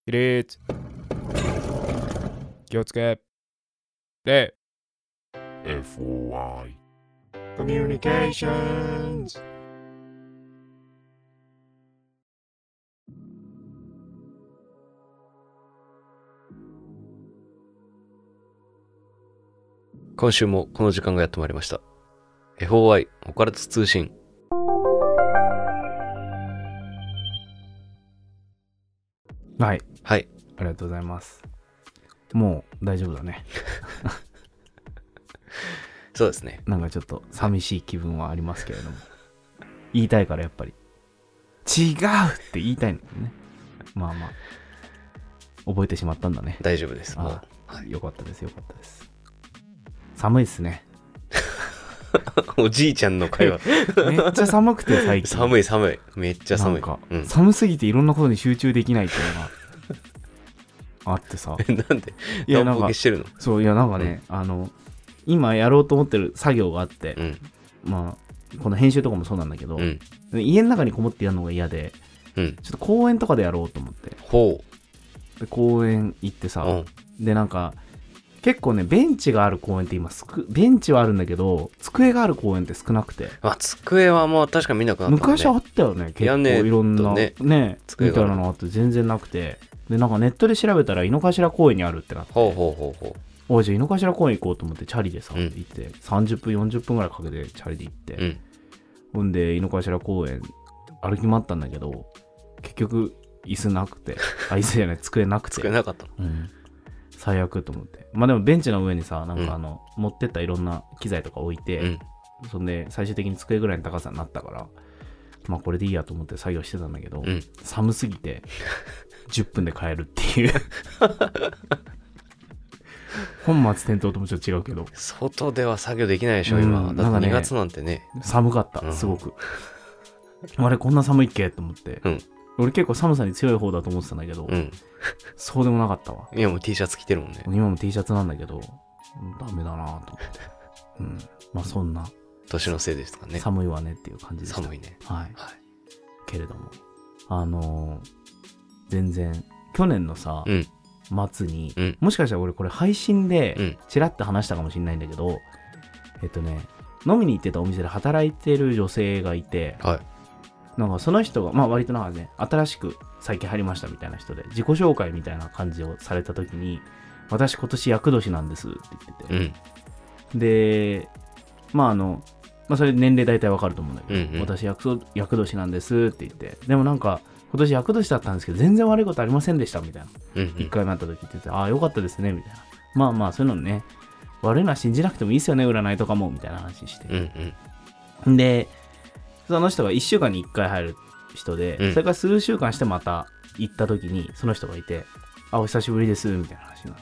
起立。気をつけ。礼。 FOI Communications。 今週もこの時間がやってまいりました。FOI オカルト通信。 はい、 はい。 ありがとうございます。もう大丈夫だね。 そうですね。 なんかちょっと寂しい気分はありますけれども、言いたいからやっぱり違うって言いたいんだよね。まあまあ覚えてしまったんだね。 大丈夫です。もう、 はい、よかったですよかったです。寒いっすね。 おじいちゃんの会話。 めっちゃ寒くて最近。 寒い寒い。めっちゃ寒い。 なんか、 うん、 寒すぎていろんなことに集中できないっていうのがあってさ。 なんでいや暖房消してるの？ そういやなんかね、今やろうと思ってる作業があって、 うん、 まあこの編集とかもそうなんだけど、 うん、 家の中にこもってやるのが嫌で、 うん、 ちょっと公園とかでやろうと思って、 ほで公園行ってさ、 う。 でなんか結構ねベンチがある公園って今ベンチはあるんだけど机がある公園って少なくて、 まあ、机はもう確か見なくなったもんね。 昔あったよね、結構いろんなねみたいなのがあって全然なくて、でなんかネットで調べたら井の頭公園にあるってなって、 ほうほうほうほう。 おいじゃあ井の頭公園行こうと思ってチャリでさ、 うん行って30分40分ぐらいかけてチャリで行って、 うん、 ほんで井の頭公園歩き回ったんだけど結局椅子なくて椅子じゃない机なくて机なかったの。 うん、最悪と思って、まあでもベンチの上にさなんか持ってったいろんな機材とか置いて、 うん、 そんで最終的に机ぐらいの高さになったからまあこれでいいやと思って作業してたんだけど、 うん、 寒すぎて10分で帰るっていう本末転倒ともちょっと違うけど外では作業できないでしょ今、だって2月なんてね。 寒かったすごく、あれこんな寒いっけと思って、俺結構寒さに強い方だと思ってたんだけど、そうでもなかったわ。 今も T シャツ着てるもんね。 今も T シャツなんだけどダメだなと思って、まあそんな年のせいですかね。 寒いわねっていう感じでした。 寒いね。 はい、けれども全然去年のさ、末に、もしかしたら俺これ配信でチラッと話したかもしれないんだけど、飲みに行ってたお店で働いてる女性がいて、なんかその人がまあ割となんかね新しく最近入りましたみたいな人で自己紹介みたいな感じをされた時に、私今年厄年なんですって言ってて、でまあそれ年齢大体わかると思うんだけど、私厄年なんですって言って、でもなんか今年厄年だったんですけど全然悪いことありませんでしたみたいな、一回なった時って言って、ああよかったですねみたいな、まあまあそういうのね悪いのは信じなくてもいいですよね占いとかもみたいな話して、でその人が1週間に1回入る人で、それから数週間してまた行った時にその人がいて、あお久しぶりですみたいな話になって、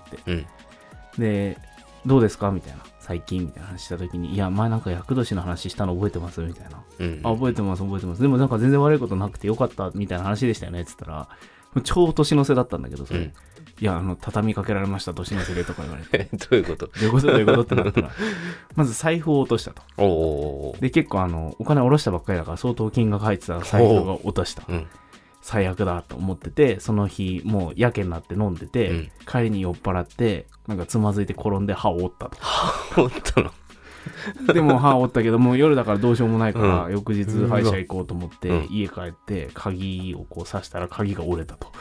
でどうですかみたいな、最近みたいな話した時に、いや前なんか厄年の話したの覚えてますみたいな、あ覚えてます覚えてます、でもなんか全然悪いことなくてよかったみたいな話でしたよねっつったら、超年の瀬だったんだけどそれ、いや畳みかけられました年の瀬でとか言われてどういうことどういうことどういうことってなったらまず財布を落としたと。で結構お金下ろしたばっかりだから相当金額入ってた財布が落とした、最悪だと思ってて、その日もうやけになって飲んでて、帰りに酔っ払ってなんかつまずいて転んで歯を折ったと。 歯折ったの？ でも歯折ったけどもう夜だからどうしようもないから、翌日歯医者行こうと思って、家帰って鍵をこう刺したら鍵が折れたと。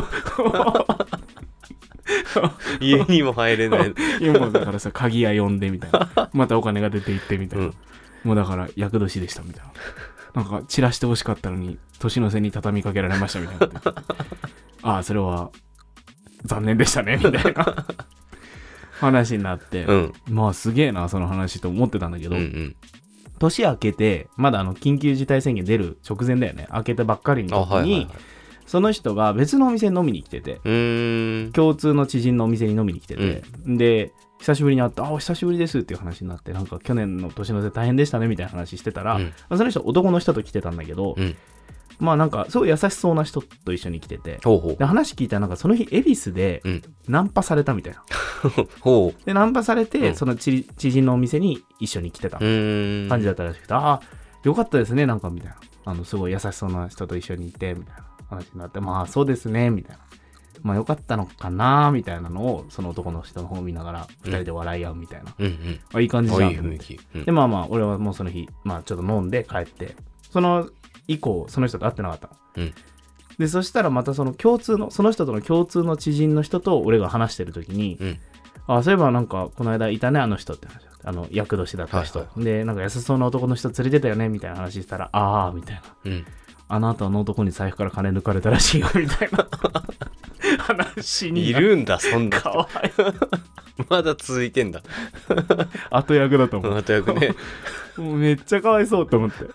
家にも入れない。 今だからさ鍵屋呼んでみたいな、またお金が出て行ってみたいな、もうだから厄年でしたみたいな、なんか散らしてほしかったのに年の瀬に畳みかけられましたみたいなああそれは残念でしたねみたいな話になって、まあすげえなその話と思ってたんだけど、年明けてまだ緊急事態宣言出る直前だよね、明けたばっかりの時に、その人が別のお店に飲みに来てて、共通の知人のお店に飲みに来てて、で久しぶりに会って、あお久しぶりですっていう話になって、なんか去年の年の瀬大変でしたねみたいな話してたら、その人男の人と来てたんだけど、まあなんかすごい優しそうな人と一緒に来てて、で話聞いたらなんかその日恵比寿でナンパされたみたいな、でナンパされて、その知人のお店に一緒に来てた感じだったらしくて、ああよかったですねなんかみたいな、すごい優しそうな人と一緒にいてみたいな話になって、まあそうですねみたいな、 まあよかったのかなみたいなのをその男の人の方を見ながら2人で笑い合うみたいな、いい感じじゃん。いい雰囲気、でまあ俺はもうその日まあちょっと飲んで帰って、その以降その人と会ってなかったの、でそしたらまたそのその人との共通の知人の人と俺が話してる時に、あ、そういえばなんかこの間いたねあの人って話、厄年だった人、でなんか優しそうな男の人連れてたよねみたいな話したら、ああみたいな、あなたの男に財布から金抜かれたらしいよみたいな話にいるんだそんなかわいいまだ続いてんだ後役だと思う。 後役ねもうめっちゃかわいそうと思って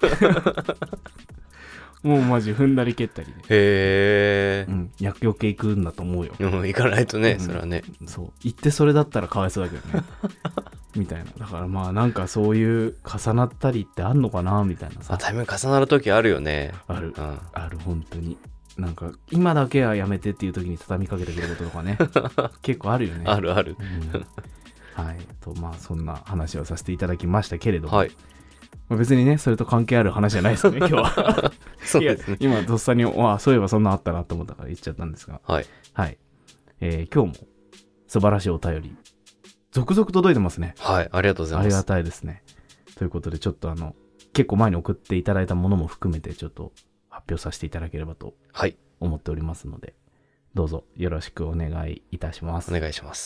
もうマジ踏んだり蹴ったりで、 へえ、 厄除け行くんだと思うよ。 行かないとね、それはね。 そう行ってそれだったらかわいそうだけどねみたいな。だからまあなんかそういう重なったりってあんのかなみたいなさ。 タイミング重なる時あるよね。 ある、ある本当に。なんか今だけはやめてっていう時に畳みかけてくることとかね結構あるよね。 あるある、 はいとまあそんな話をさせていただきましたけれども、別にねそれと関係ある話じゃないですよね今日はそうですね。 今とっさにそういえばそんなあったなと思ったから言っちゃったんですが、今日も素晴らしいお便り続々届いてますね。 ありがとうございます。 ありがたいですね。ということでちょっと結構前に送っていただいたものも含めてちょっと発表させていただければと思っておりますので、どうぞよろしくお願いいたします。 お願いします。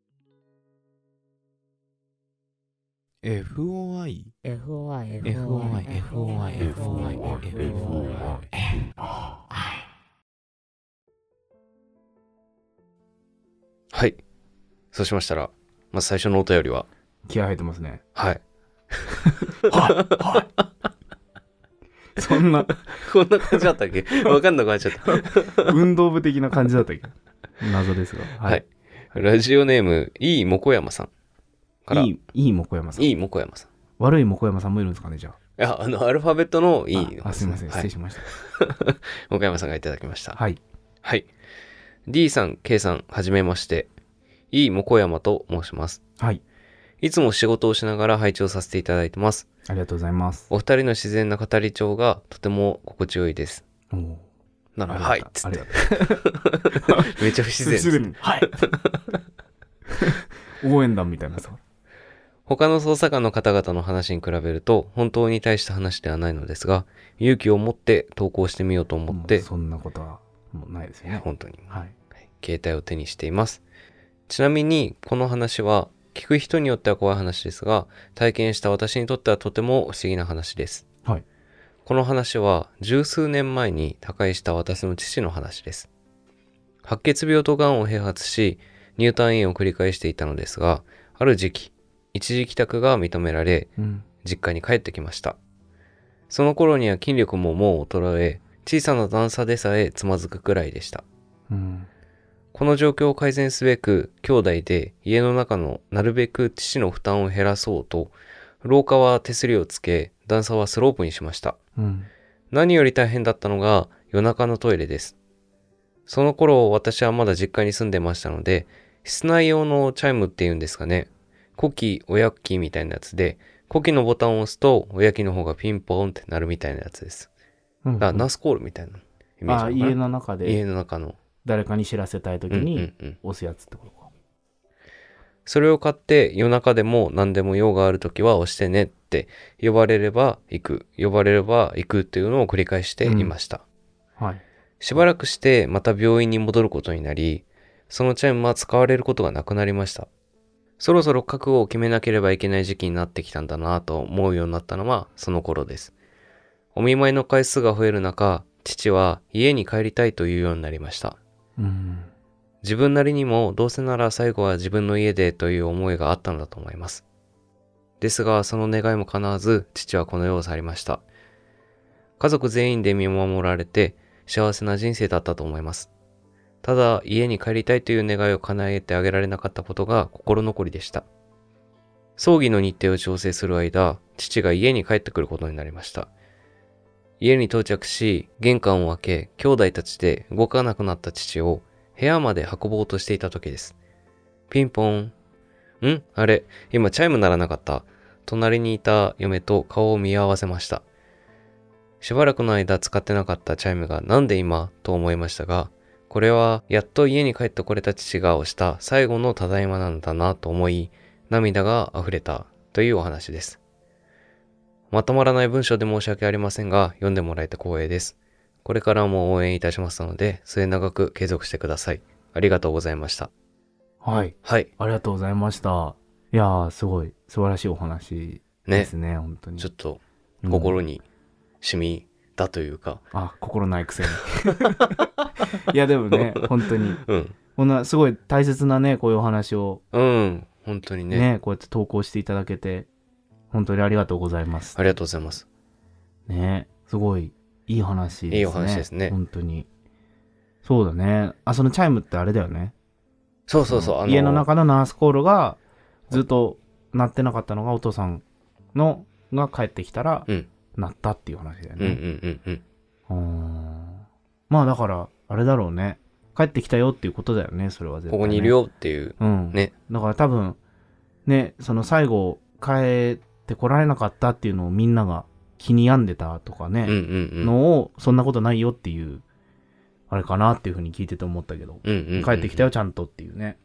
FOI はい。そうしましたら、まず最初のお便りは気合入ってますね。 はいそんなこんな感じだったっけ分かんなくなっちゃった運動部的な感じだったっけ謎ですが、 ラジオネームいいもこやまさんからいいもこやまさん。 いいもこやまさん。 悪いもこやまさんもいるんですかね。じゃあいやアルファベットのいいすいません失礼しましたもこやまさんがいただきました。 はい D さん K さんはじめまして、いいもこやまと申します。いつも仕事をしながら配置をさせていただいてます。 ありがとうございます。 お二人の自然な語り調がとても心地よいです。ならはいっつってめちゃ不自然はい応援団みたいなさ。 他の捜査官の方々の話に比べると本当に大した話ではないのですが、勇気を持って投稿してみようと思ってそんなことはもうないですよね。 本当に、携帯を手にしています。ちなみにこの話は聞く人によっては怖い話ですが、体験した私にとってはとても不思議な話です。この話は十数年前に他界した私の父の話です。白血病と癌を併発し入退院を繰り返していたのですが、ある時期一時帰宅が認められ、実家に帰ってきました。その頃には筋力ももう衰え、小さな段差でさえつまずくくらいでした。この状況を改善すべく、兄弟で家の中のなるべく父の負担を減らそうと、廊下は手すりをつけ、段差はスロープにしました。何より大変だったのが夜中のトイレです。その頃私はまだ実家に住んでましたので、室内用のチャイムっていうんですかね、呼気、おやきみたいなやつで、呼気のボタンを押すと、おやきの方がピンポーンってなるみたいなやつです。ナースコールみたいなイメージ。 家の中で。 家の中の。 誰かに知らせたいときに押すやつってことか。 それを買って夜中でも何でも用があるときは押してねって呼ばれれば行く、呼ばれれば行くっていうのを繰り返していました。しばらくしてまた病院に戻ることになり、そのチャイムは使われることがなくなりました。そろそろ覚悟を決めなければいけない時期になってきたんだなと思うようになったのはその頃です。お見舞いの回数が増える中、父は家に帰りたいというようになりました。自分なりにもどうせなら最後は自分の家でという思いがあったのだと思います。ですがその願いも叶わず、父はこの世を去りました。家族全員で見守られて幸せな人生だったと思います。ただ家に帰りたいという願いを叶えてあげられなかったことが心残りでした。葬儀の日程を調整する間、父が家に帰ってくることになりました。家に到着し、玄関を開け、兄弟たちで動かなくなった父を部屋まで運ぼうとしていた時です。ピンポン。あれ、今チャイム鳴らなかった。隣にいた嫁と顔を見合わせました。しばらくの間使ってなかったチャイムがなんで今と思いましたが、 これはやっと家に帰ってこれた父が押した最後のただいまなんだなと思い、涙が溢れたというお話です。まとまらない文章で申し訳ありませんが、読んでもらえて光栄です。これからも応援いたしますので、末永く継続してください。ありがとうございました。 はい。 はい。 ありがとうございました。いやー、すごい素晴らしいお話ですね、本当に。 ちょっと心に染みだというか。 心ないくせに。いや、でもね、本当に。こんなすごい大切なね、こういうお話を。 本当にね。 こうやって投稿していただけて、本当にありがとうございます。 ありがとうございます。 ね、すごいいい話ですね。 いいお話ですね。 本当に。そうだね。そのチャイムってあれだよね。 そう。 家の中のナースコールがずっと鳴ってなかったのがお父さんのが帰ってきたら鳴ったっていう話だよね。まあだからあれだろうね。帰ってきたよっていうことだよね。それは絶対、ね。 ここにいるよっていう。ね。 だから多分ね、その最後帰ってこられなかったっていうのをみんなが気に病んでたとかね、のをそんなことないよっていうあれかなっていうふうに聞いてて思ったけど、帰ってきたよちゃんとっていうね。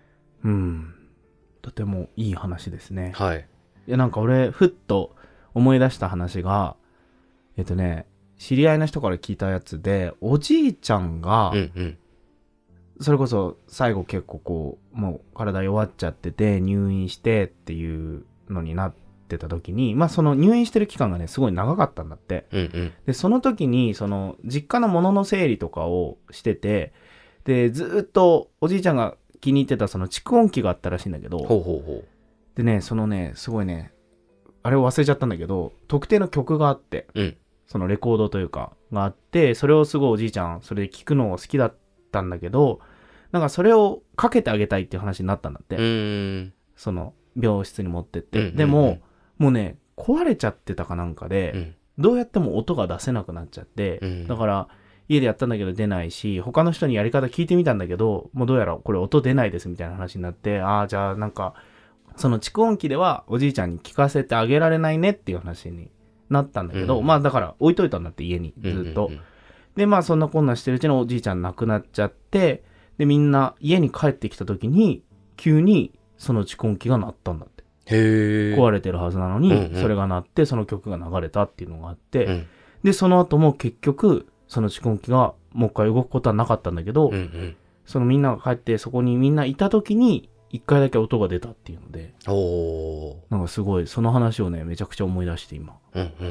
とてもいい話ですね。 はい。 いやなんか俺ふっと思い出した話が知り合いの人から聞いたやつで、おじいちゃんが、それこそ最後結構こうもう体弱っちゃってて入院してっていうのになってた時に、まあその入院してる期間がねすごい長かったんだって。でその時にその実家の物の整理とかをしてて、でずっとおじいちゃんが気に入ってたその蓄音機があったらしいんだけど、でねそのねすごいねあれを忘れちゃったんだけど、特定の曲があって、そのレコードというかがあって、それをすごいおじいちゃんそれで聞くのを好きだったんだけど、なんかそれをかけてあげたいっていう話になったんだって。その病室に持ってって、でももうね壊れちゃってたかなんかで、どうやっても音が出せなくなっちゃって、だから家でやったんだけど出ないし、他の人にやり方聞いてみたんだけど、もうどうやらこれ音出ないですみたいな話になって、じゃあなんかその蓄音機ではおじいちゃんに聞かせてあげられないねっていう話になったんだけど、まあだから置いといたんだって家にずっと。でまあそんなこんなしてるうちにおじいちゃん亡くなっちゃって、でみんな家に帰ってきた時に急にその蓄音機が鳴ったんだって。壊れてるはずなのに、それが鳴ってその曲が流れたっていうのがあって、でその後も結局その蓄音機がもう一回動くことはなかったんだけど、そのみんなが帰ってそこにみんないた時に一回だけ音が出たっていうので、なんかすごいその話をねめちゃくちゃ思い出して今。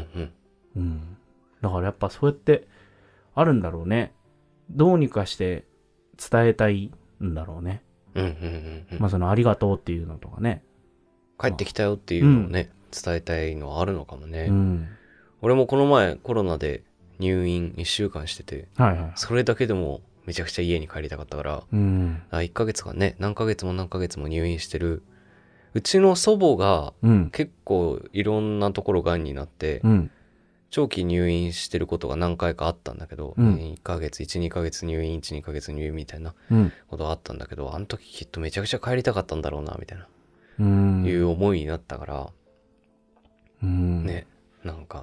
だからやっぱそうやってあるんだろうね。どうにかして伝えたいんだろうね。まあそのありがとうっていうのとかね。 帰ってきたよっていうのをね、伝えたいのはあるのかもね。俺もこの前コロナで入院1週間してて、それだけでもめちゃくちゃ家に帰りたかったから、1ヶ月間ね、何ヶ月も入院してる。うちの祖母が結構いろんなところがんになって、長期入院してることが何回かあったんだけど、1ヶ月、1、2ヶ月入院、1、2ヶ月入院みたいなことがあったんだけど、あの時きっとめちゃくちゃ帰りたかったんだろうな、みたいな、いう思いになったから、ね、なんか。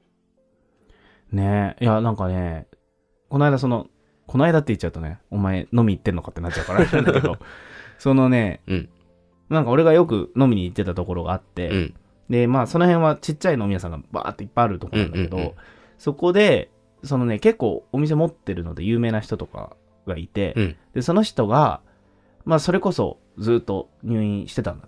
ねいや、なんかね、この間って言っちゃうとね、お前飲み行ってんのかってなっちゃうからなんだけど、そのね、なんか俺がよく飲みに行ってたところがあって、でまあその辺はちっちゃい飲み屋さんがバーっていっぱいあるところなんだけど、そこでそのね結構お店持ってるので有名な人とかがいて、でその人がまあそれこそずっと入院してたんだって、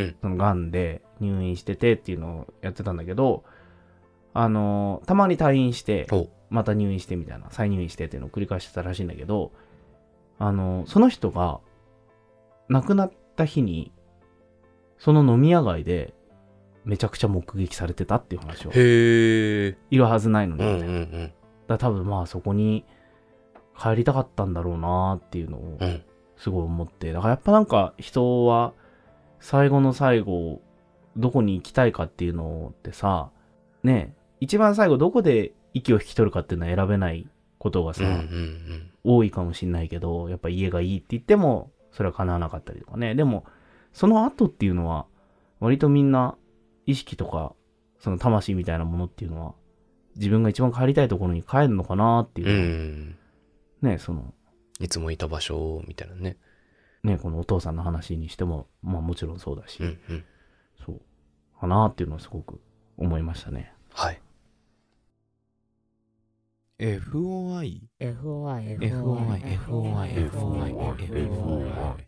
そのがんで入院しててっていうのをやってたんだけど、たまに退院してまた入院してみたいな、再入院してっていうのを繰り返してたらしいんだけど、その人が亡くなった日にその飲み屋街でめちゃくちゃ目撃されてたっていう話を。いるはずないのに。だ多分まあそこに帰りたかったんだろうなっていうのをすごい思って。だからやっぱなんか人は最後の最後どこに行きたいかっていうのってさ、ね、一番最後どこで息を引き取るかっていうのは選べないことがさ、多いかもしんないけど、やっぱ家がいいって言ってもそれは叶わなかったりとかね。でもその後っていうのは割とみんな意識とかその魂みたいなものっていうのは自分が一番帰りたいところに帰るのかなっていう、ね、そのいつもいた場所みたいなね。 ね、このお父さんの話にしても、まあもちろんそうだし、 うんうん、 そうかなっていうのはすごく思いましたね。 はい。 FOI FOI FOI FOI FOI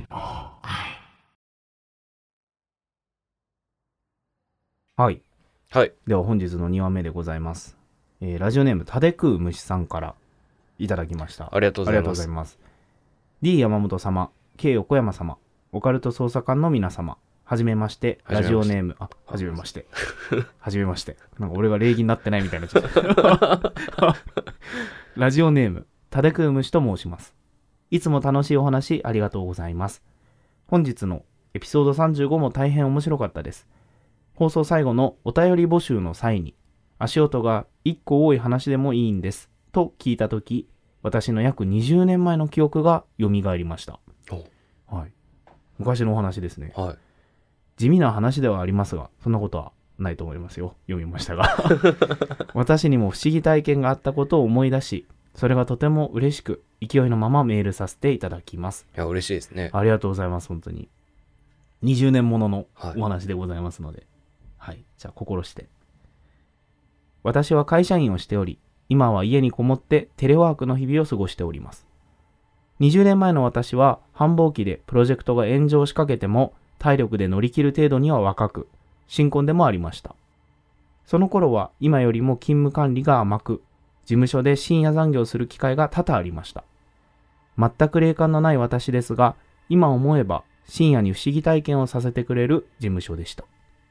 はい。 はい。 では本日の2話目でございます。ラジオネームたでくう虫さんからいただきました。 ありがとうございます。 D 山本様、K 横山様、オカルト捜査官の皆様、はじめまして。ラジオネーム、はじめまして。はじめまして。なんか俺が礼儀になってないみたいなちょっとラジオネーム、たでくう虫と申します。いつも楽しいお話ありがとうございます。本日のエピソード35も大変面白かったです。放送最後のお便り募集の際に、足音が1個多い話でもいいんですと聞いたとき、私の約20年前の記憶が蘇りました。はい。昔のお話ですね。 はい。 地味な話ではありますが、そんなことはないと思いますよ。読みましたが。私にも不思議体験があったことを思い出し、それがとても嬉しく、勢いのままメールさせていただきます。 いや、嬉しいですね。 ありがとうございます、本当に。20年もののお話でございますので。はい。じゃあ、心して。私は会社員をしており、今は家にこもってテレワークの日々を過ごしております。20年前の私は繁忙期でプロジェクトが炎上しかけても体力で乗り切る程度には若く、新婚でもありました。その頃は今よりも勤務管理が甘く、事務所で深夜残業する機会が多々ありました。全く霊感のない私ですが、今思えば深夜に不思議体験をさせてくれる事務所でした。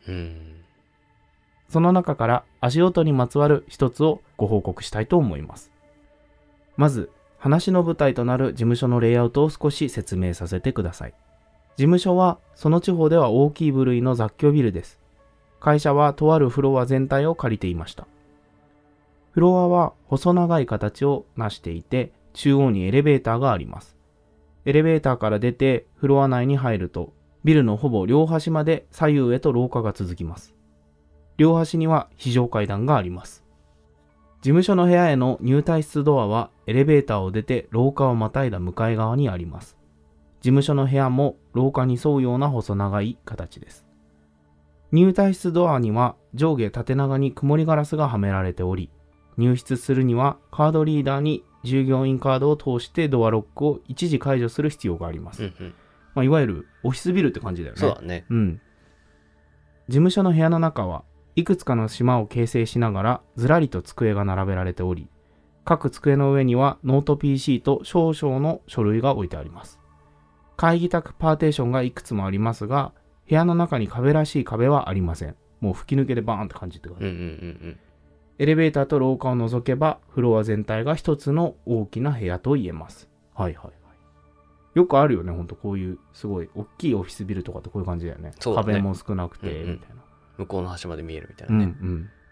その中から足音にまつわる一つをご報告したいと思います。まず、話の舞台となる事務所のレイアウトを少し説明させてください。事務所はその地方では大きい部類の雑居ビルです。会社はとあるフロア全体を借りていました。フロアは細長い形を成していて、中央にエレベーターがあります。エレベーターから出てフロア内に入ると、ビルのほぼ両端まで左右へと廊下が続きます。両端には非常階段があります。事務所の部屋への入退室ドアはエレベーターを出て廊下をまたいだ向かい側にあります。事務所の部屋も廊下に沿うような細長い形です。入退室ドアには上下縦長に曇りガラスがはめられており、入室するにはカードリーダーに従業員カードを通してドアロックを一時解除する必要があります。いわゆるオフィスビルって感じだよね。 そうだね。 事務所の部屋の中はいくつかの島を形成しながらずらりと机が並べられており、各机の上にはノート PC と少々の書類が置いてあります。会議宅パーテーションがいくつもありますが、部屋の中に壁らしい壁はありません。もう吹き抜けでバーンって感じって感じ。エレベーターと廊下を除けばフロア全体が一つの大きな部屋と言えます。よくあるよね、ほんとこういうすごい大きいオフィスビルとかってこういう感じだよね。 そうだね。 壁も少なくて、みたいな。 向こうの端まで見えるみたいなね。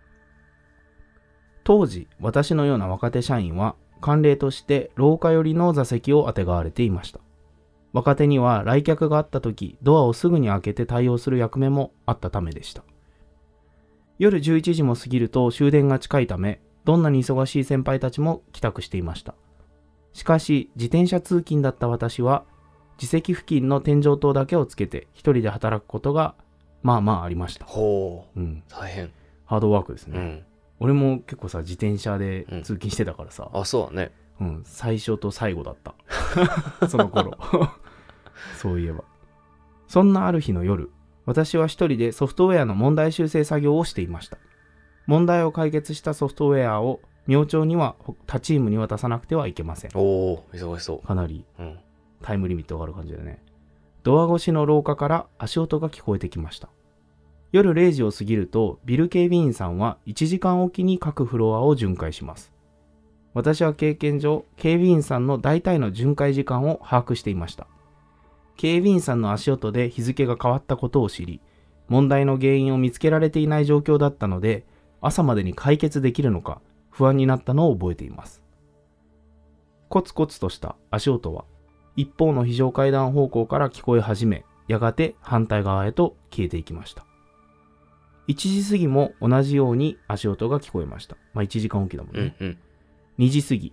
当時、私のような若手社員は慣例として廊下寄りの座席をあてがわれていました。若手には来客があった時、ドアをすぐに開けて対応する役目もあったためでした。夜11時も過ぎると終電が近いため、どんなに忙しい先輩たちも帰宅していました。しかし、自転車通勤だった私は、自席付近の天井灯だけをつけて一人で働くことがまあまあありました。 大変。 ハードワークですね。俺も結構さ、自転車で通勤してたからさ。 そうだね。 最初と最後だった。その頃。そういえば。そんなある日の夜、私は一人でソフトウェアの問題修正作業をしていました。問題を解決したソフトウェアを明朝には他チームに渡さなくてはいけません。 忙しそう。 かなりタイムリミットがある感じだね。ドア越しの廊下から足音が聞こえてきました。夜0時を過ぎるとビル警備員さんは1時間おきに各フロアを巡回します。私は経験上、警備員さんの大体の巡回時間を把握していました。警備員さんの足音で日付が変わったことを知り、問題の原因を見つけられていない状況だったので、朝までに解決できるのか不安になったのを覚えています。コツコツとした足音は、一方の非常階段方向から聞こえ始め、やがて反対側へと消えていきました。1時過ぎも同じように足音が聞こえました。1時間おきだもんね。2時過ぎ、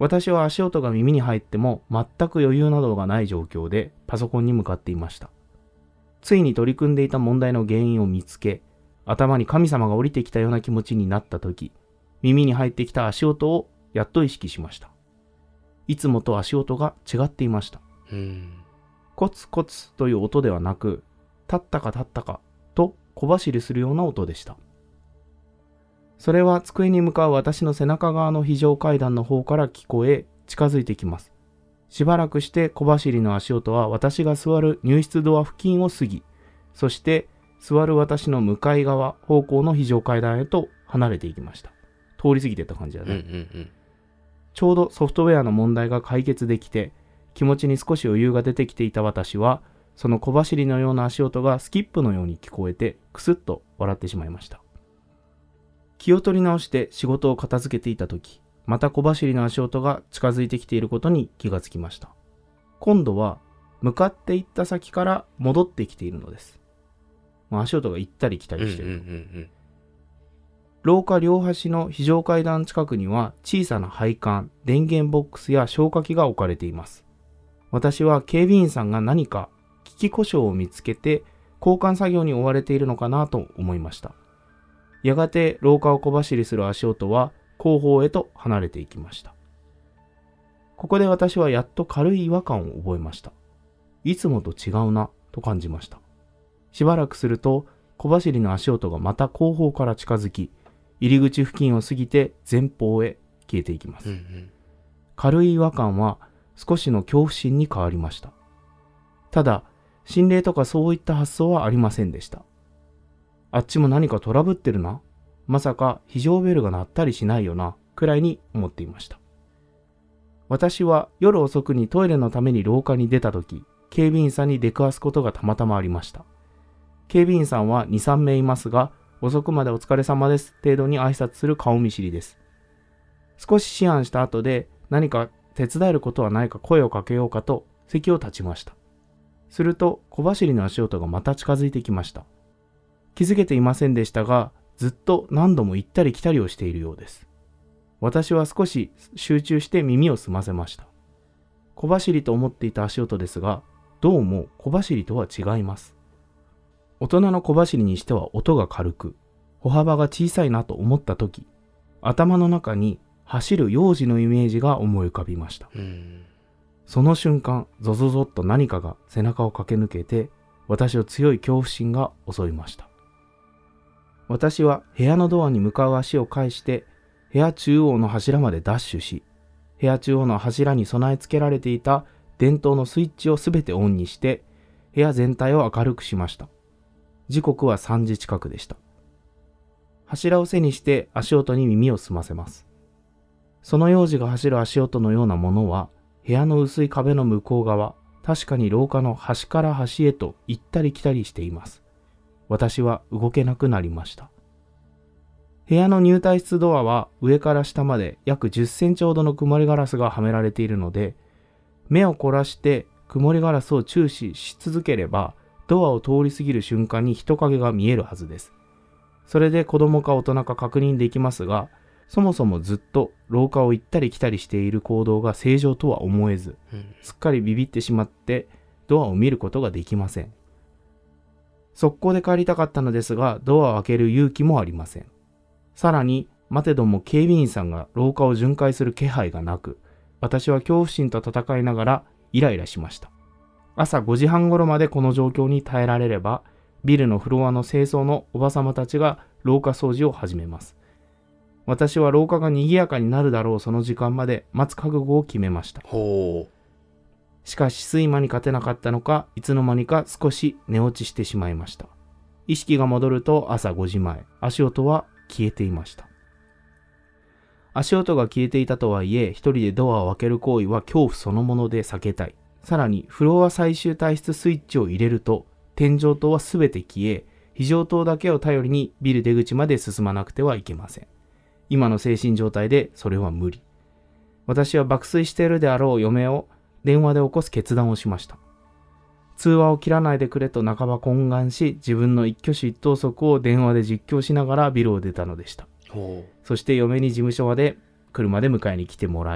私は足音が耳に入っても全く余裕などがない状況でパソコンに向かっていました。ついに取り組んでいた問題の原因を見つけ、頭に神様が降りてきたような気持ちになったとき、耳に入ってきた足音をやっと意識しました。いつもと足音が違っていました。コツコツという音ではなく、立ったか立ったかと小走りするような音でした。それは机に向かう私の背中側の非常階段の方から聞こえ、近づいてきます。しばらくして小走りの足音は私が座る入室ドア付近を過ぎ、そして座る私の向かい側方向の非常階段へと離れていきました。通り過ぎてった感じだね。ちょうどソフトウェアの問題が解決できて、気持ちに少し余裕が出てきていた私は、その小走りのような足音がスキップのように聞こえて、クスッと笑ってしまいました。気を取り直して仕事を片付けていたとき、また小走りの足音が近づいてきていることに気がつきました。今度は向かって行った先から戻ってきているのです。足音が行ったり来たりしている。廊下両端の非常階段近くには小さな配管、電源ボックスや消火器が置かれています。私は警備員さんが何か機器故障を見つけて交換作業に追われているのかなと思いました。やがて廊下を小走りする足音は後方へと離れていきました。ここで私はやっと軽い違和感を覚えました。いつもと違うなと感じました。しばらくすると小走りの足音がまた後方から近づき、入り口付近を過ぎて前方へ消えていきます。軽い違和感は少しの恐怖心に変わりました。ただ、心霊とかそういった発想はありませんでした。あっちも何かトラブってるな。まさか非常ベルが鳴ったりしないよな、くらいに思っていました。私は夜遅くにトイレのために廊下に出たとき、警備員さんに出くわすことがたまたまありました。警備員さんは2、3名いますが、遅くまでお疲れ様です程度に挨拶する顔見知りです。少し思案した後で何か手伝えることはないか声をかけようかと席を立ちました。すると小走りの足音がまた近づいてきました。気づけていませんでしたが、ずっと何度も行ったり来たりをしているようです。私は少し集中して耳を澄ませました。小走りと思っていた足音ですが、どうも小走りとは違います。大人の小走りにしては音が軽く、歩幅が小さいなと思ったとき、頭の中に走る幼児のイメージが思い浮かびました。その瞬間、ゾゾゾッと何かが背中を駆け抜けて、私を強い恐怖心が襲いました。私は部屋のドアに向かう足を返して、部屋中央の柱までダッシュし、部屋中央の柱に備え付けられていた電灯のスイッチをすべてオンにして、部屋全体を明るくしました。時刻は3時近くでした。柱を背にして足音に耳を澄ませます。その幼児が走る足音のようなものは、部屋の薄い壁の向こう側、確かに廊下の端から端へと行ったり来たりしています。私は動けなくなりました。部屋の入退室ドアは上から下まで約10センチほどの曇りガラスがはめられているので、目を凝らして曇りガラスを注視し続ければ、ドアを通り過ぎる瞬間に人影が見えるはずです。それで子供か大人か確認できますが、そもそもずっと廊下を行ったり来たりしている行動が正常とは思えず、すっかりビビってしまってドアを見ることができません。速攻で帰りたかったのですが、ドアを開ける勇気もありません。さらに、待てども警備員さんが廊下を巡回する気配がなく、私は恐怖心と戦いながらイライラしました。朝5時半頃までこの状況に耐えられれば、ビルのフロアの清掃のおばさまたちが廊下掃除を始めます。私は廊下が賑やかになるだろうその時間まで待つ覚悟を決めました。しかし睡魔に勝てなかったのか、いつの間にか少し寝落ちしてしまいました。意識が戻ると朝5時前、足音は消えていました。足音が消えていたとはいえ、一人でドアを開ける行為は恐怖そのもので避けたい。さらにフロア最終退出スイッチを入れると、天井灯はすべて消え、非常灯だけを頼りにビル出口まで進まなくてはいけません。今の精神状態でそれは無理。私は爆睡しているであろう嫁を電話で起こす決断をしました。通話を切らないでくれと半ば懇願し、自分の一挙手一投足を電話で実況しながらビルを出たのでした。そして嫁に事務所まで車で迎えに来てもらい、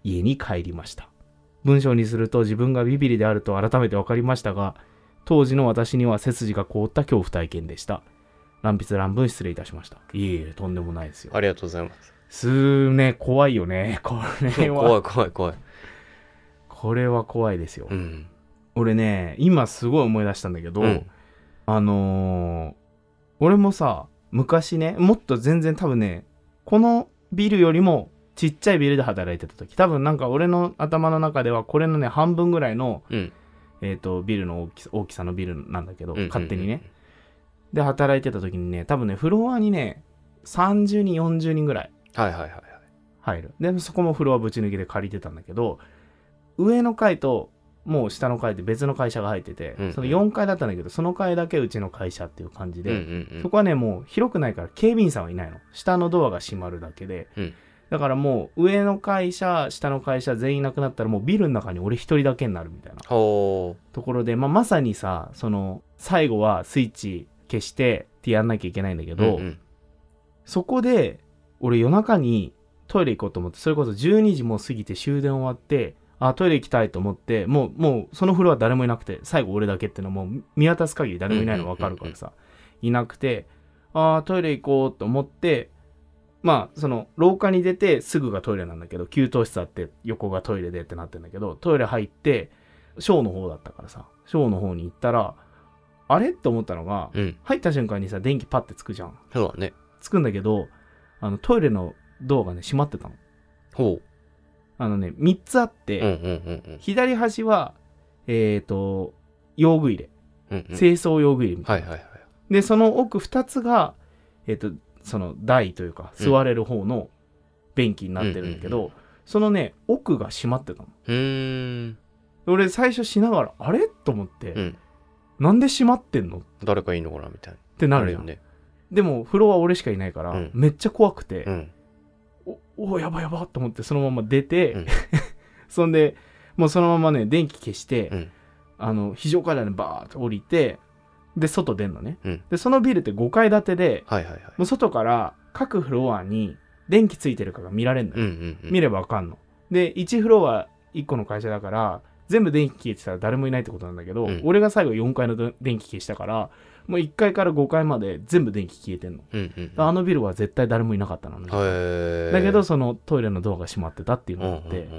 家に帰りました。文章にすると自分がビビリであると改めて分かりましたが、当時の私には背筋が凍った恐怖体験でした。乱筆乱文失礼いたしました。いえいえ、とんでもないですよ。 ありがとうございます。 怖いよね。これは怖い。 これは怖いですよ。 うん、 俺ね、今すごい思い出したんだけど、俺もさ、昔ね、もっと全然多分ね、このビルよりもちっちゃいビルで働いてた時、多分なんか俺の頭の中ではこれのね半分ぐらいの、ビルの大きさのビルなんだけど、勝手にね。で働いてた時にね、多分ねフロアにね30人40人ぐらい入る。でそこもフロアぶち抜きで借りてたんだけど、上の階ともう下の階で別の会社が入ってて、その4階だったんだけど、その階だけうちの会社っていう感じで、そこはねもう広くないから警備員さんはいないの。下のドアが閉まるだけで、だからもう上の会社下の会社全員いなくなったら、もうビルの中に俺一人だけになるみたいなところで、まさにさ、その最後はスイッチ消してってやんなきゃいけないんだけど、そこで俺夜中にトイレ行こうと思って、それこそ12時も過ぎて終電終わって、トイレ行きたいと思って、もうそのフロア誰もいなくて、最後俺だけっていうのも見渡す限り誰もいないの分かるからさ、いなくて、トイレ行こうと思って、その廊下に出てすぐがトイレなんだけど、給湯室あって横がトイレでってなってんだけど、トイレ入ってショーの方だったからさ、ショーの方に行ったら、あれって思ったのが、入った瞬間にさ電気パッてつくじゃん。 そうだね。 つくんだけど、トイレのドアがね閉まってたの。3つあって、左端は用具入れ、清掃用具入れみたいな、でその奥2つがその台というか座れる方の便器になってるんだけど、そのね奥が閉まってたの。俺最初しながらあれと思って、なんで閉まってんの、 誰かいいのかなみたいなってなるよね。でもフロア俺しかいないから、めっちゃ怖くて、おやばと思ってそのまま出て、そんでもうそのままね電気消して、非常階段でバーって降りて、で外出んのね、でそのビルって5階建てで、もう外から各フロアに電気ついてるかが見られるのよ、見ればわかんので、1フロア1個の会社だから全部電気消えてたら誰もいないってことなんだけど、俺が最後4階の電気消したから、もう1階から5階まで全部電気消えてんの、あのビルは絶対誰もいなかったのね。だけどそのトイレのドアが閉まってたっていうのがあって、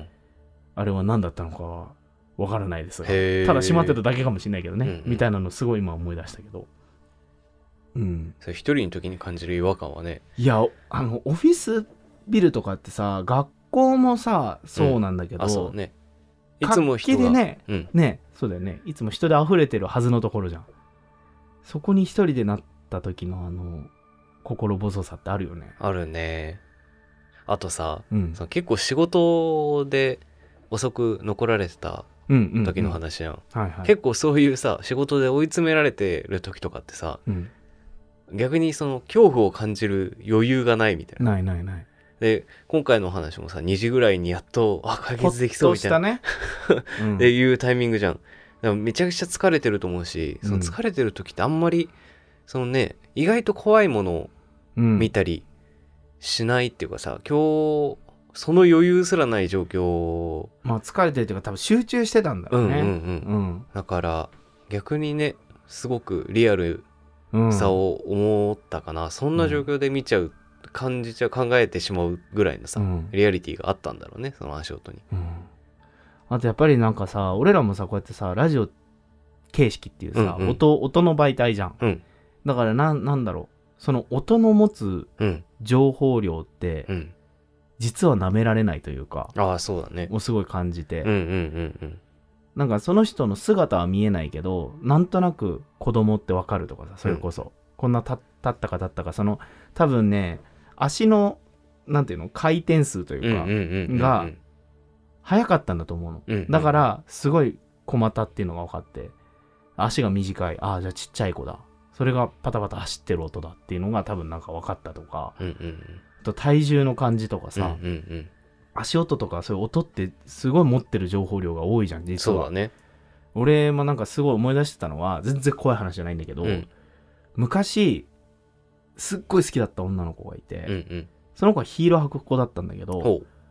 あれは何だったのかはわからないですが、ただ閉まってただけかもしれないけどね、みたいなのすごい今思い出したけど、 それ一人の時に感じる違和感はね、 いやオフィスビルとかってさ、学校もさそうなんだけど、 そうね、いつも人がね、そうだよね、いつも人で溢れてるはずのところじゃん。そこに一人でなった時の心細さってあるよね。 あるね。あとさ、その結構仕事で遅く残られてた時の話やん。結構そういうさ、仕事で追い詰められてる時とかってさ、逆にその恐怖を感じる余裕がないみたいな。 ない。 で今回の話もさ、2時ぐらいにやっと解決できそうみたいなねっていうタイミングじゃん。だからめちゃくちゃ疲れてると思うし、その疲れてる時ってあんまりそのね、意外と怖いものを見たりしないっていうかさ、今日その余裕すらない状況、 疲れてるっていうか多分集中してたんだろうね。 だから逆にね、すごくリアルさを思ったかな、そんな状況で見ちゃう、感じちゃう、考えてしまうぐらいのさ、リアリティがあったんだろうね、その足音に。 あとやっぱりなんかさ、俺らもさこうやってさラジオ形式っていうさ、音の媒体じゃん、だからなんだろう、その音の持つ情報量って、実は舐められないというか、 そうだね、 をすごい感じて、なんかその人の姿は見えないけど、なんとなく子供ってわかるとかさ、それこそ、こんな立ったか立ったか、その多分ね、足のなんていうの、回転数というかが早かったんだと思うの、だからすごい小股っていうのが分かって、足が短い、じゃあちっちゃい子だ、それがパタパタ走ってる音だっていうのが多分なんか分かったとか、あと体重の感じとかさ、足音とかそういう音ってすごい持ってる情報量が多いじゃん実は。 そうだね。 俺もなんかすごい思い出してたのは、全然怖い話じゃないんだけど、昔すっごい好きだった女の子がいて、その子はヒール履く子だったんだけど、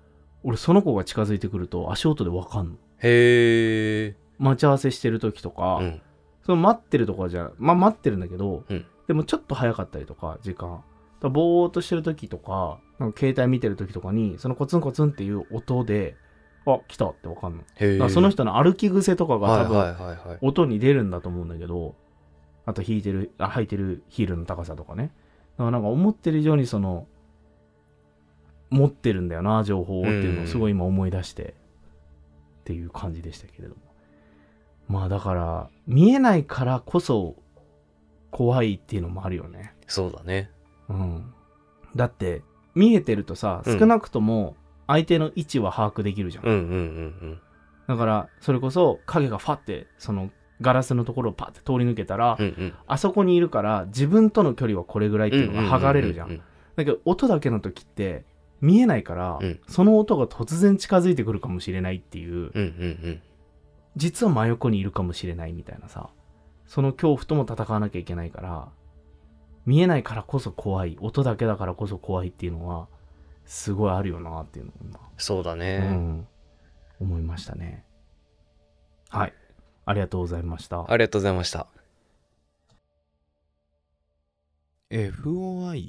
俺その子が近づいてくると足音で分かんの。 へえ。 待ち合わせしてる時とか、その待ってるとかじゃ待ってるんだけど、でもちょっと早かったりとか時間ぼーっとしてる時とか、なんか携帯見てる時とかにそのコツンコツンっていう音で来たって分かんの。だからその人の歩き癖とかが多分音に出るんだと思うんだけど、あと履いてるヒールの高さとかね。だからなんか思ってる以上にその持ってるんだよな情報をっていうのをすごい今思い出してっていう感じでしたけれども、まあだから見えないからこそ怖いっていうのもあるよね。 そうだね。 だって見えてるとさ、少なくとも相手の位置は把握できるじゃん。だからそれこそ影がファってそのガラスのところをパッて通り抜けたら、あそこにいるから自分との距離はこれぐらいっていうのが剥がれるじゃん。だけど音だけの時って見えないから、その音が突然近づいてくるかもしれないっていう、実は真横にいるかもしれないみたいなさ、その恐怖とも戦わなきゃいけないから、見えないからこそ怖い、音だけだからこそ怖いっていうのはすごいあるよなっていうのを今そうだね、 思いましたね。はい、ありがとうございました。 ありがとうございました。 FOI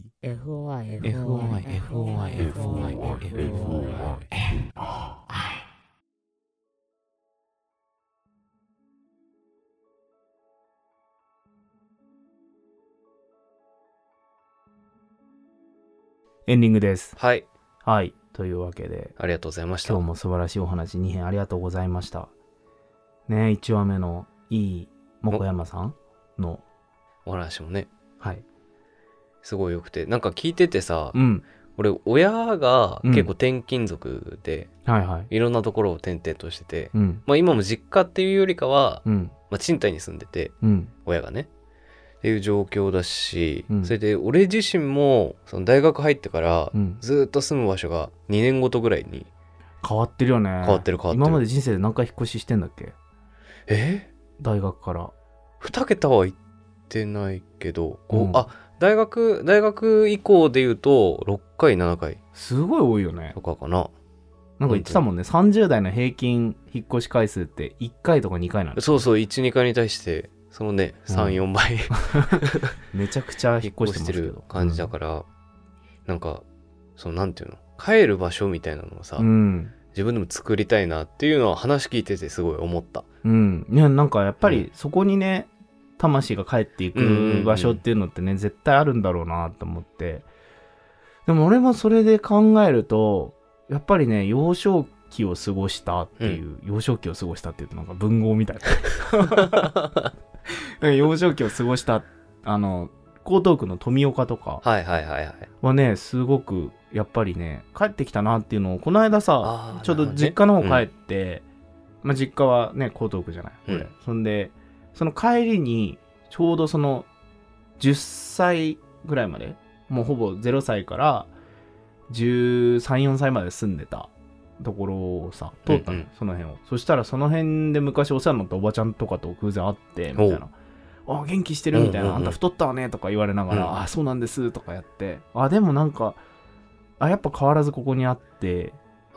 エンディングです。 はい。 はい。というわけで、 ありがとうございました。 今日も素晴らしいお話2編ありがとうございました。ね、1話目のいいもこやまさんのお話もね、 はい。 すごい良くて、なんか聞いててさ、俺親が結構転勤族で、いろんなところを転々としてて、まあ今も実家っていうよりかは、まあ賃貸に住んでて、親がね。っていう状況だし、それで俺自身もその大学入ってからずっと住む場所が2年ごとぐらいに変わってるよね。 変わってる。 今まで人生で何回引っ越ししてんだっけ？大学から 2桁は行ってないけど、大学以降で言うと6回7回すごい多いよね。 とかかな。 なんか言ってたもんね、30代の平均引っ越し回数って1回とか2回なんだ。 そうそう、1、2回に対してそのね、3、4倍めちゃくちゃ引っ越してる感じだから、なんかそのなんていうの、帰る場所みたいなのをさ、自分でも作りたいなっていうのは話聞いててすごい思った。 いやなんかやっぱりそこにね、魂が帰っていく場所っていうのってね、絶対あるんだろうなと思って。でも俺もそれで考えると、やっぱりね、幼少期を過ごしたっていう、幼少期を過ごしたっていうとなんか文豪みたいな幼少期を過ごした江東区の富岡とかはね、すごくやっぱりね帰ってきたなっていうのをこの間さ、ちょうど実家の方帰って、まあ、実家はね江東区じゃない、そんでその帰りにちょうどその10歳ぐらいまでもうほぼ0歳から13、14歳まで住んでたところをさ通ったの、その辺を。そしたらその辺で昔お世話になったおばちゃんとかと偶然会ってみたいな、元気してるみたいな、あんた太ったわねとか言われながら、そうなんですとかやって、でもなんかやっぱ変わらずここにあって、で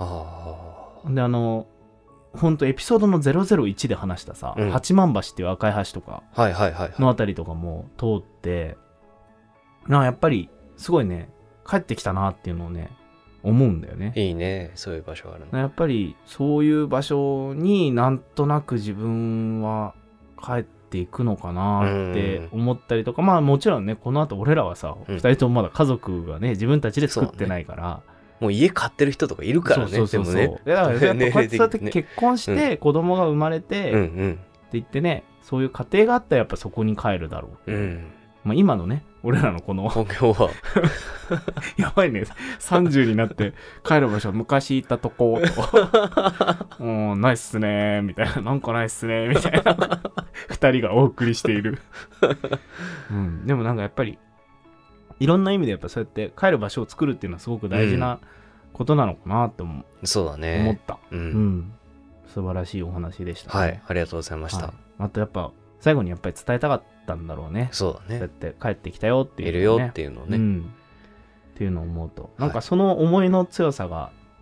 ほんとエピソードの001で話したさ、八幡橋っていう赤い橋とかのあたりとかも通って、やっぱりすごいね帰ってきたなっていうのをね思うんだよね。 いいね、そういう場所があるの。 やっぱりそういう場所になんとなく自分は帰っていくのかなって思ったりとか、まあもちろんねこの後俺らはさ、2人ともまだ家族がね自分たちで作ってないから、 もう家買ってる人とかいるからね。でもね、 だからそうやって結婚して子供が生まれてって言ってね、そういう家庭があったらやっぱそこに帰るだろう。まあ、今のね俺らのこの東京はやばいね、30になって帰る場所昔行ったとこないっすねみたいな、なんかないっすねみたいな2人がお送りしているでもなんかやっぱりいろんな意味でやっぱそうやって帰る場所を作るっていうのはすごく大事なことなのかなってそうだね思った。素晴らしいお話でしたね。 はい、ありがとうございました。 あとやっぱ最後にやっぱり伝えたかったんだろうね。 そうだね。 だって帰ってきたよっていう、 いるよっていうのをね、 っていうのを思うと、なんかその思いの強さが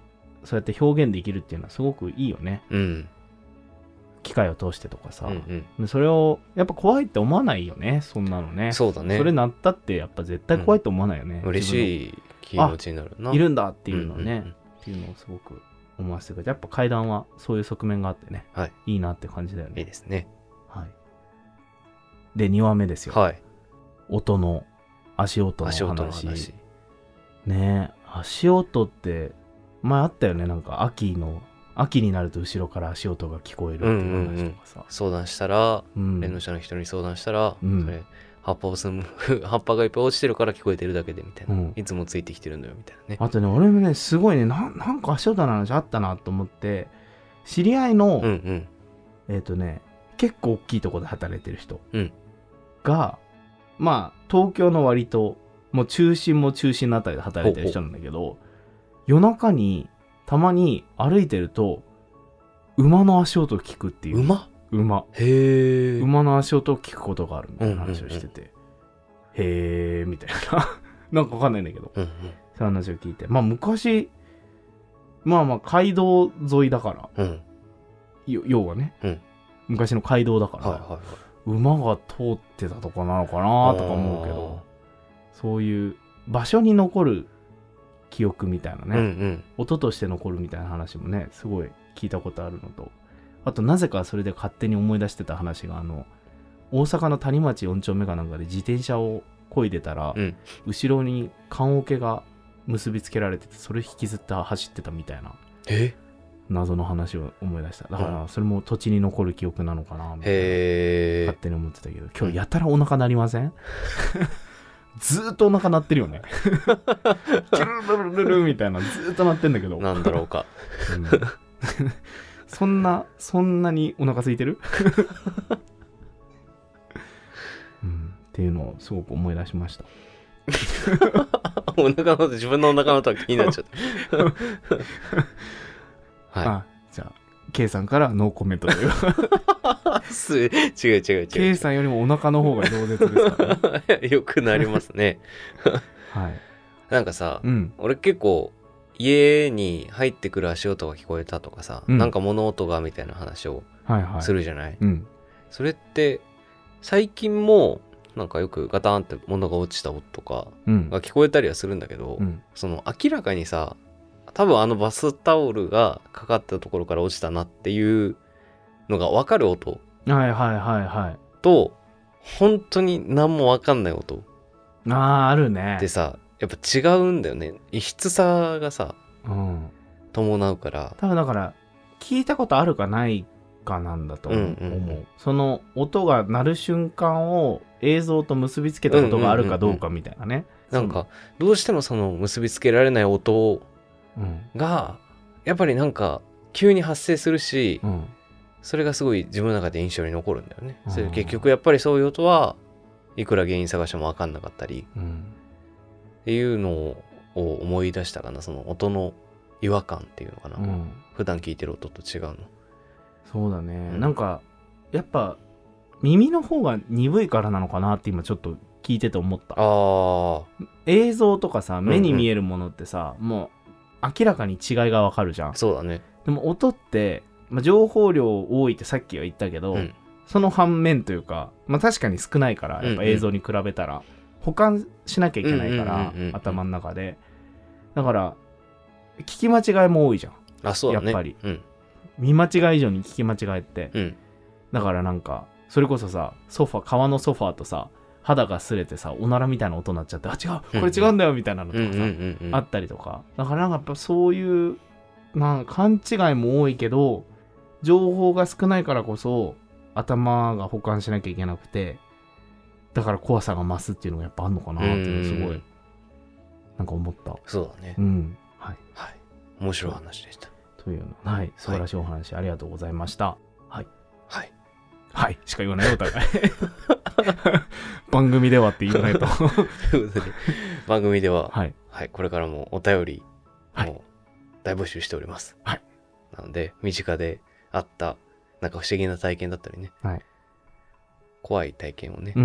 そうやって表現できるっていうのはすごくいいよね。 うん。 機械を通してとかさ、 うんうん、それをやっぱ怖いって思わないよね、そんなのね。 そうだね。 それなったってやっぱ絶対怖いと思わないよね。 嬉しい気持ちになるな。 いるんだっていうのね、っていうのをすごく思わせてくれて、やっぱ階段はそういう側面があってね、 はい、 いいなって感じだよね。 いいですね。 はい。で、2話目ですよ。 はい。 音の足音の話。ねえ、足音って前あったよね。なんか秋になると後ろから足音が聞こえるっていう話とかさ、 相談したら、 連絡者の人に相談したら、それ葉っぱがいっぱい落ちてるから聞こえてるだけでみたいな、いつもついてきてるのよみたいなね。 あとね、俺もねすごいね、なんか足音の話あったなと思って、知り合いの、結構大きいところで働いてる人が、まあ東京の割ともう中心のあたりで働いてる人なんだけど、夜中にたまに歩いてると馬の足音を聞くっていう。馬へえ。 馬の足音を聞くことがあるみたいな話をしてて、へえみたいななんかわかんないんだけど、そういう話を聞いて、まあ昔まあ街道沿いだから、要はね、昔の街道だから、馬が通ってたとかなのかなとか思うけど、そういう場所に残る記憶みたいなね、音として残るみたいな話もね、すごい聞いたことあるのと、あとなぜかそれで勝手に思い出してた話が、大阪の谷町4丁目かなんかで自転車を漕いでたら、後ろに棺桶が結びつけられてて、それ引きずって走ってたみたいな謎の話を思い出した。だからそれも土地に残る記憶なのかなみたいな勝手に思ってたけど、今日やたらお腹鳴りません？ずーっとお腹鳴ってるよね。キュルルルルルみたいなずーっと鳴ってんだけど、 なんだろうか。 そんなにお腹空いてる？っていうのをすごく思い出しました。 お腹の自分のお腹の音が気になっちゃった。 はい。じゃあ K さんからノーコメントで。 違う。 K さんよりもお腹の方が饒舌ですからね。 よくなりますね。 はい。 なんかさ、俺結構家に入ってくる足音が聞こえたとかさ、なんか物音がみたいな話をするじゃない？それって最近もなんかよくガタンって物が落ちた音とかが聞こえたりはするんだけど、その明らかにさ、多分バスタオルがかかったところから落ちたなっていうのが分かる音と、本当に何も分かんない音あるねでさ、やっぱ違うんだよね。異質さがさ、伴うから。 多分だから聞いたことあるかないかなんだと思う。その音が鳴る瞬間を映像と結びつけたことがあるかどうかみたいなね。 なんかどうしてもその結びつけられない音がやっぱりなんか急に発生するし、それがすごい自分の中で印象に残るんだよね。それ結局やっぱりそういう音はいくら原因探しても分かんなかったり、っていうのを思い出したかな。その音の違和感っていうのかな、普段聞いてる音と違うの。 そうだね、なんかやっぱ耳の方が鈍いからなのかなって今ちょっと聞いてて思った。映像とかさ、目に見えるものってさ、もう明らかに違いがわかるじゃん。 そうだね。 でも音って、情報量多いってさっきは言ったけど、その反面というか、確かに少ないから、やっぱ映像に比べたら保管しなきゃいけないから、頭の中で。だから聞き間違いも多いじゃん。 そうだね。 やっぱり、見間違い以上に聞き間違えって、だからなんかそれこそさ、革のソファーとさ、肌が擦れてさ、おならみたいな音になっちゃって、違う、これ違うんだよみたいなのとかさ、あったりとか。だからなんかやっぱそういうなんか勘違いも多いけど、情報が少ないからこそ頭が保管しなきゃいけなくて、だから怖さが増すっていうのがやっぱあんのかなっていうのすごいなんか思った。 そうだね。 はい。 面白い話でした。 というの、はい、素晴らしいお話ありがとうございました。 はいしか言わないよお互い。番組ではって言わないと。 ということで番組では、これからもお便りも大募集しております。なので身近であったなんか不思議な体験だったりね、怖い体験をね、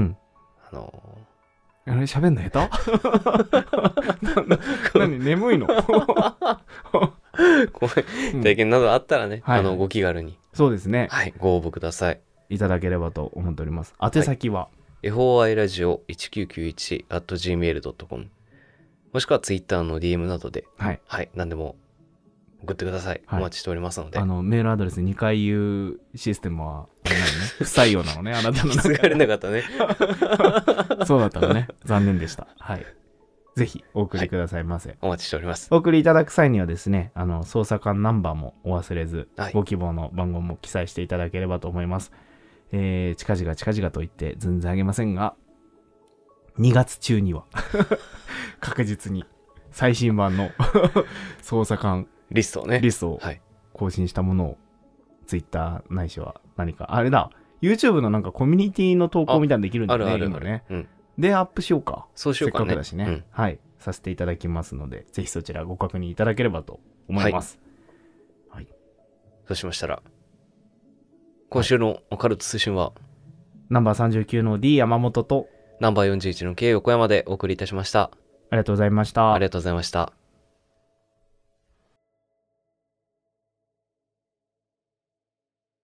喋んの下手？何眠いの？ 体験などあったらね、 はいはい、 ご気軽に。 そうですね。 はい、ご応募ください。 いただければと思っております。宛先は、 foi ラジオ 1991@gmail.com もしくは Twitter の DM などで、 はい。 はい、何でも送ってください。 はい、 お待ちしておりますので。 メールアドレス2回言うシステムは、不採用なのね、あなたの中で。 気づかれなかったね。 そうだったのね。残念でした。はい。ぜひお送りくださいませ、はい、 お待ちしております。 お送りいただく際にはですね、捜査官ナンバーもお忘れず、はい、ご希望の番号も記載していただければと思います。近々と言って全然あげませんが、2月中には確実に最新版の捜査官リストを更新したものを、Twitter ないしは何か、あれだ、YouTube のなんかコミュニティの投稿みたいなのできるんだよね、今ね。うん、で、アップしようか。 そうしようかね。 せっかくだしね。うん、はい。させていただきますので、ぜひそちらご確認いただければと思います。 はい。そうしましたら、今週のオカルト通信は、 ナンバー39の D 山本と、 ナンバー41の K 横山でお送りいたしました。 ありがとうございました。 ありがとうございました。